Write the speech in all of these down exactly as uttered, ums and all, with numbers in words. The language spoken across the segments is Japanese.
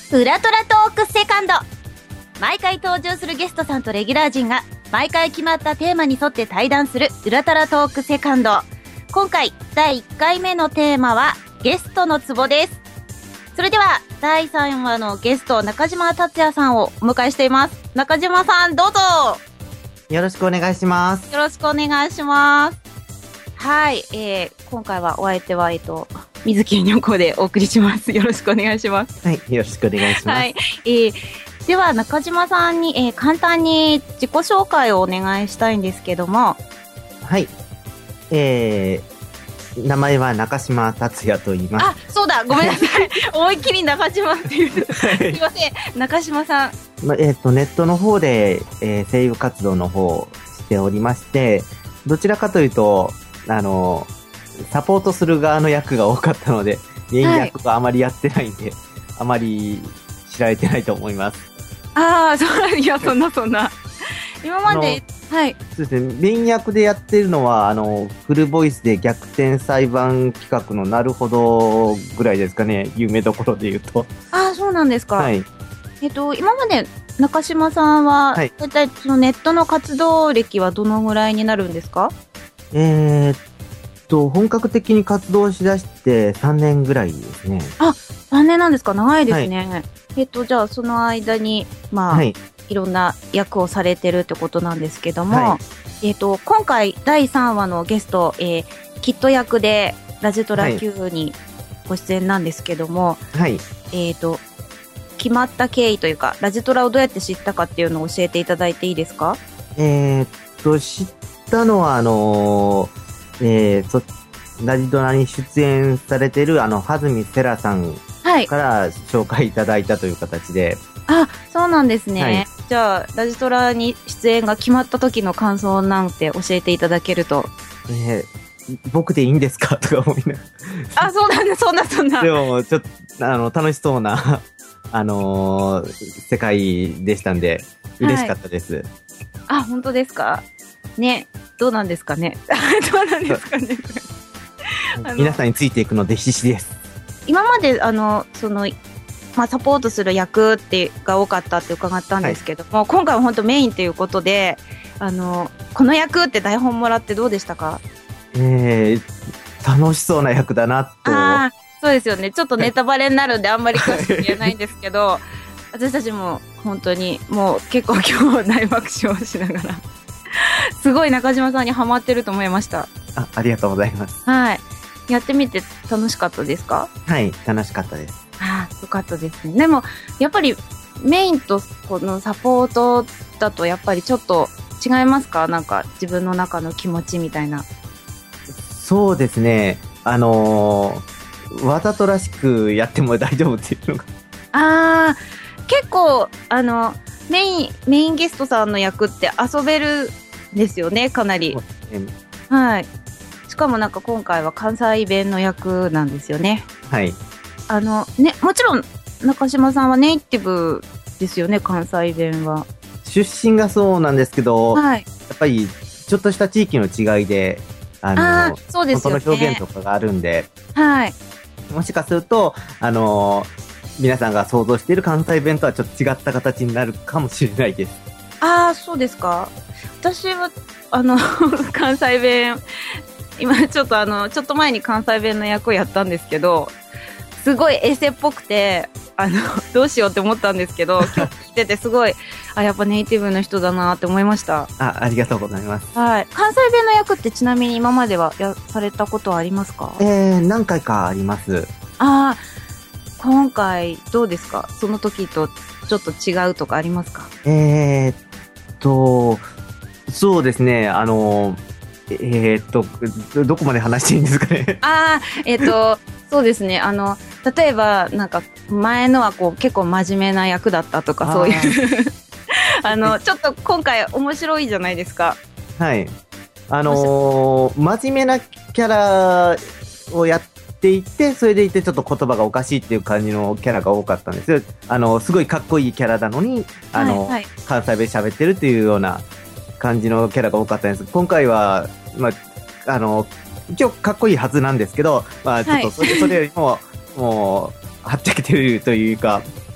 ウラトラトークセカンド。毎回登場するゲストさんとレギュラー陣が毎回決まったテーマに沿って対談するウラトラトークセカンド。今回だいいっかいめのテーマはゲストのツボです。それではだいさんわのゲスト中島達也さんをお迎えしています。中島さんどうぞよろしくお願いします。 よろしくお願いします。はい、えー、今回はお相手はえっと水木にょこでお送りします。よろしくお願いします。 はい、よろしくお願いします。 はい、えー、では中島さんに、えー、簡単に自己紹介をお願いしたいんですけども。 はい、えー、名前は中島達也と言います。 あ、そうだ、ごめんなさい。思いっきり中島っていう。すいません、中島さん。 まえっ、ー、とネットの方で、えー、声優活動の方をしておりまして、どちらかというとあのサポートする側の役が多かったので、メイン役があまりやってないんで、はい、あまり知られてないと思います。 ああ、そういやそんなそんな。今まではい。 そうですね。メイン役でやってるのはあのフルボイスで逆転裁判企画のなるほどぐらいですかね。有名どころで言うと。 ああ、そうなんですか。 はい。 えっと今まで中島さんは、はい、だいたいそのネットの活動歴はどのぐらいになるんですか？ えーと本格的に活動しだしてさんねんぐらいですね。 あ、さんねんなんですか。長いですね。はい、えっとじゃあその間にまあ、はい、いろんな役をされてるってことなんですけども、はい、えっと今回だいさんわのゲスト、えー、キット役でラジトラ Q にご出演なんですけども、はい、えっと決まった経緯というかラジトラをどうやって知ったかっていうのを教えていただいていいですか？ えー、っと知ったのはあのーえー、そラジドラに出演されてるあのはずみせらさんから紹介いただいたという形で、 はい、あ、そうなんですね、はい、じゃあラジドラに出演が決まった時の感想なんて教えていただけると。 えー、僕でいいんですかとか思いながらあ、そうなんだ、そんなそんな。 でもちょっとあの楽しそうなあのー、世界でしたんで嬉しかったです、はい、 あ、本当ですかね。どうなんですかね。どうなんですかね。 皆さんについていくので必死です。 今まであのその、まあ、サポートする役ってが多かったって伺ったんですけども、はい、今回は本当メインということで、あのこの役って台本もらってどうでしたか？ えー、楽しそうな役だなと。 あ、そうですよね。ちょっとネタバレになるんであんまり詳しく言えないんですけど私たちも本当にもう結構今日大爆笑しながらすごい中島さんにハマってると思いました。 あ、ありがとうございます。 はい。やってみて楽しかったですか？ はい、楽しかったです。 ああ、よかったですね。でもやっぱりメインとこのサポートだとやっぱりちょっと違いますか？なんか自分の中の気持ちみたいな。 そうですね。あのー、わざとらしくやっても大丈夫っていうのが。 ああ、結構あのメインメインゲストさんの役って遊べるですよね、かなり。はい。しかもなんか今回は関西弁の役なんですよね。 はい。あのね、もちろん中島さんはネイティブですよね、関西弁は。 出身がそうなんですけど、はい、やっぱりちょっとした地域の違いで、あの、 あ、そうですよね、 その表現とかがあるんで、 はい。 もしかするとあの皆さんが想像している関西弁とはちょっと違った形になるかもしれないです。 ああ、そうですか。私はあの関西弁今ちょっとあのちょっと前に関西弁の役をやったんですけど、すごいエセっぽくてあのどうしようって思ったんですけど今日聞いててすごいあ、やっぱネイティブの人だなって思いました。 あ、ありがとうございます。 はい。関西弁の役ってちなみに今まではやされたことはありますか？ えー、何回かあります。 ああ、今回どうですか？その時とちょっと違うとかありますか？ えー、っとそうですね、あのえー、っとどこまで話していいんですかね。 ああ、えー、っとそうですね、あの例えばなんか前のはこう結構真面目な役だったとかそういうあのちょっと今回面白いじゃないですか。 はい、あのー、真面目なキャラをやっていて、それでいてちょっと言葉がおかしいっていう感じのキャラが多かったんですよ。あのすごいかっこいいキャラなのにあの、はいはい、関西弁喋ってるっていうような感じのキャラが多かったんです。今回は、まあ、あの一応かっこいいはずなんですけど、まあ、ちょっとそれ、はい、それよりももうはっちゃけてるというか、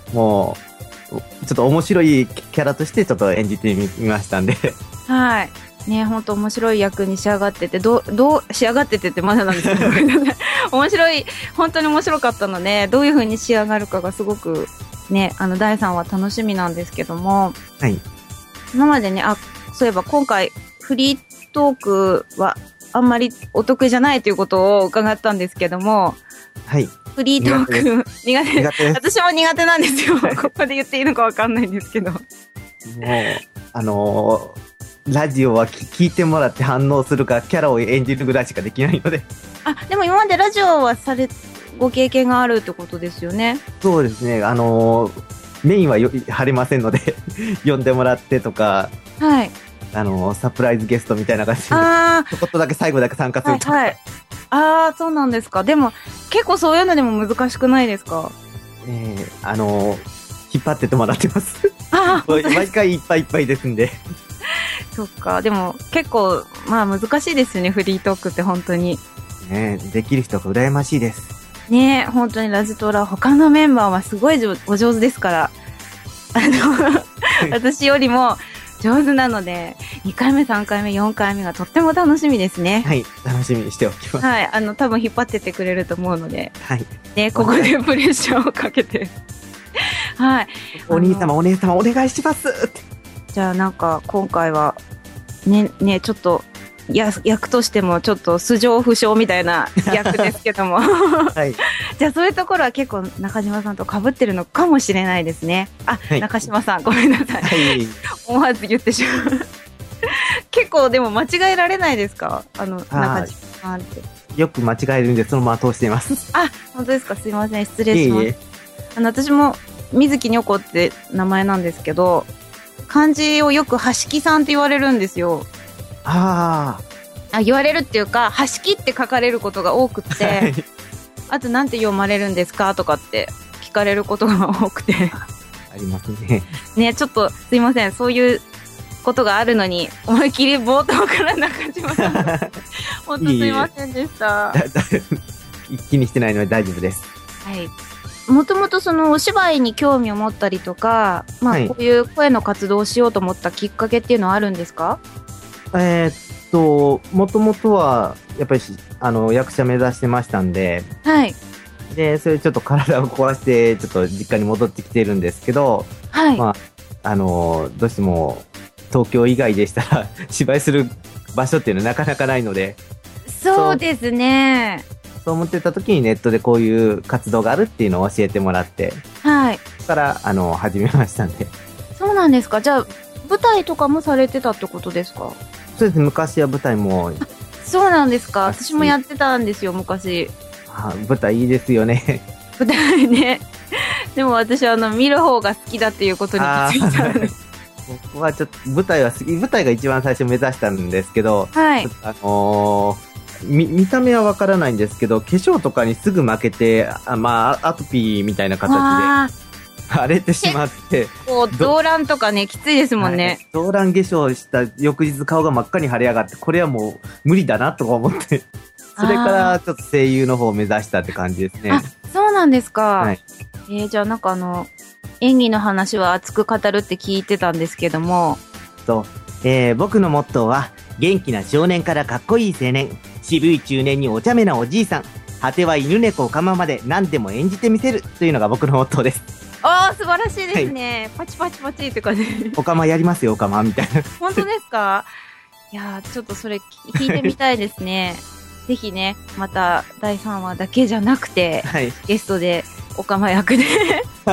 もう、ちょっと面白いキャラとしてちょっと演じてみましたんで。 はい。ね、本当面白い役に仕上がってて、どう、どう、仕上がっててってまだなんですけど、面白い、本当に面白かったので、どういう風に仕上がるかがすごく、ね、あの、だいさんは楽しみなんですけども、 はい。 今までね、あ、そういえば今回、フリートークはあんまりお得意じゃないということを伺ったんですけども、 はい。 フリートーク、苦手。 苦手私も苦手なんですよ。ここで言っていいのかわかんないんですけど。もう、 あのー、ラジオは聞いてもらって反応するか、キャラを演じるぐらいしかできないので。 あ、でも今までラジオはされ、ご経験があるってことですよね。 そうですね。あのー、メインはよ張れませんので、呼んでもらってとか、 はい。 あのー、サプライズゲストみたいな感じで、 あちょこっとだけ最後だけ参加するとか。 はい、はい。ああ、そうなんですか。でも、結構そういうのでも難しくないですか？ えー、あのー、引っ張っててもらってます。 ああ、 毎回いっぱいいっぱいですんで。 そっか。でも、結構、まあ難しいですよね、フリートークって本当に。 ねできる人が羨ましいです。 ねえ、本当にラジトラ、他のメンバーはすごいお上手ですから。あの、私よりも上手なので、にかいめ、さんかいめ、よんかいめがとっても楽しみですね。 はい、楽しみにしておきます。 はい、あの、多分引っ張ってってくれると思うので。 はい。 ね、ここでプレッシャーをかけて。はい。 お兄様、お姉様、お願いしますって。 じゃあなんか、今回は、ね、ね、ちょっと、や役としてもちょっと素性不詳みたいな役ですけども、はい、じゃあそういうところは結構中島さんと被ってるのかもしれないですね。あ、はい、中島さんごめんなさい、はい、思わず言ってしまう結構でも間違えられないですか、あの中島さんって。 よく間違えるんでそのまま通しています。 あ、本当ですか、すいません、失礼します。いえいえ、あの私も水木にょこって名前なんですけど、漢字をよくはしきさんって言われるんですよ。ああ、言われるっていうか、はしきって書かれることが多くて、はい、あとなんて読まれるんですかとかって聞かれることが多くてありますね。 ね、ちょっとすいません、そういうことがあるのに思いっきり冒頭から中島さん本当すいませんでした。 気にしてないので大丈夫です。 はい。もともとそのお芝居に興味を持ったりとか、まあこういう声の活動をしようと思ったきっかけっていうのはあるんですか？ えー、っと、もともとは、やっぱり、あの、役者目指してましたんで、 はい。 で、それちょっと体を壊して、ちょっと実家に戻ってきてるんですけど、 はい。 まあ、あの、どうしても、東京以外でしたら、芝居する場所っていうのはなかなかないので、 そうですね。 そう思ってた時にネットでこういう活動があるっていうのを教えてもらって、 はい。 そこから、あの、始めましたんで。 そうなんですか。じゃあ、舞台とかもされてたってことですか？ そうですね、昔は舞台も。 そうなんですか。私もやってたんですよ、昔。 あ、舞台いいですよね。 舞台ね。でも私はあの、見る方が好きだっていうことに気づいたんです。 僕はちょっと舞台は好き、舞台が一番最初目指したんですけど、 はい。 あのー、見、見た目はわからないんですけど、化粧とかにすぐ負けて、あまあ、アトピーみたいな形で。荒れてしまって。 こう、動乱とかね、きついですもんね。 はい、動乱化粧した翌日顔が真っ赤に腫れ上がって、これはもう無理だなとか思って、それからちょっと声優の方を目指したって感じですね。 あ、そうなんですか。 はい、 えー、じゃあなんかあの、演技の話は熱く語るって聞いてたんですけども。 そう。えー、僕のモットーは、元気な少年からかっこいい青年、渋い中年にお茶目なおじいさん、果ては犬猫おかままで何でも演じてみせるというのが僕のモットーです。 ああ、素晴らしいですね。はい、パチパチパチって感じ。 おかまやりますよ、おかまみたいな。 本当ですか？いやー、ちょっとそれ聞いてみたいですね。ぜひね、まただいさんわだけじゃなくて、はい、ゲストでおかま役ではい、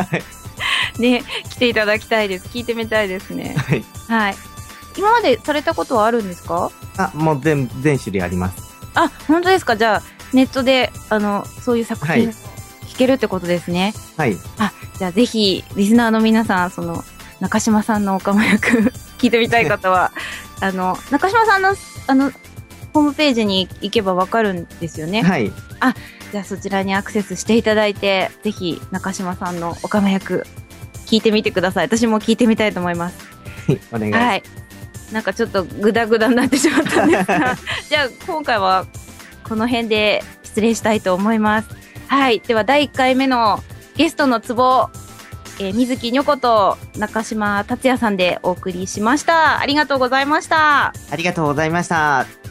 ね、来ていただきたいです。聞いてみたいですね。はい。はい。今までされたことはあるんですか？ あ、もう全、全種類あります。 あ、本当ですか？じゃあ、ネットで、あの、そういう作品、はい、聞けるってことですね。 はい。 あ、じゃあぜひ、リスナーの皆さん、その、中島さんのおかま役、聞いてみたい方は、あの、中島さんの、あの、ホームページに行けばわかるんですよね。 はい。 あ、じゃあそちらにアクセスしていただいて、ぜひ、中島さんのおかま役、聞いてみてください。私も聞いてみたいと思います。 お願いします。はい。 なんかちょっとグダグダになってしまったんですが、じゃあ今回はこの辺で失礼したいと思います。はい。ではだいいっかいめのゲストのツボ、 えー、水木にょこと中島達也さんでお送りしました。ありがとうございました。 ありがとうございました。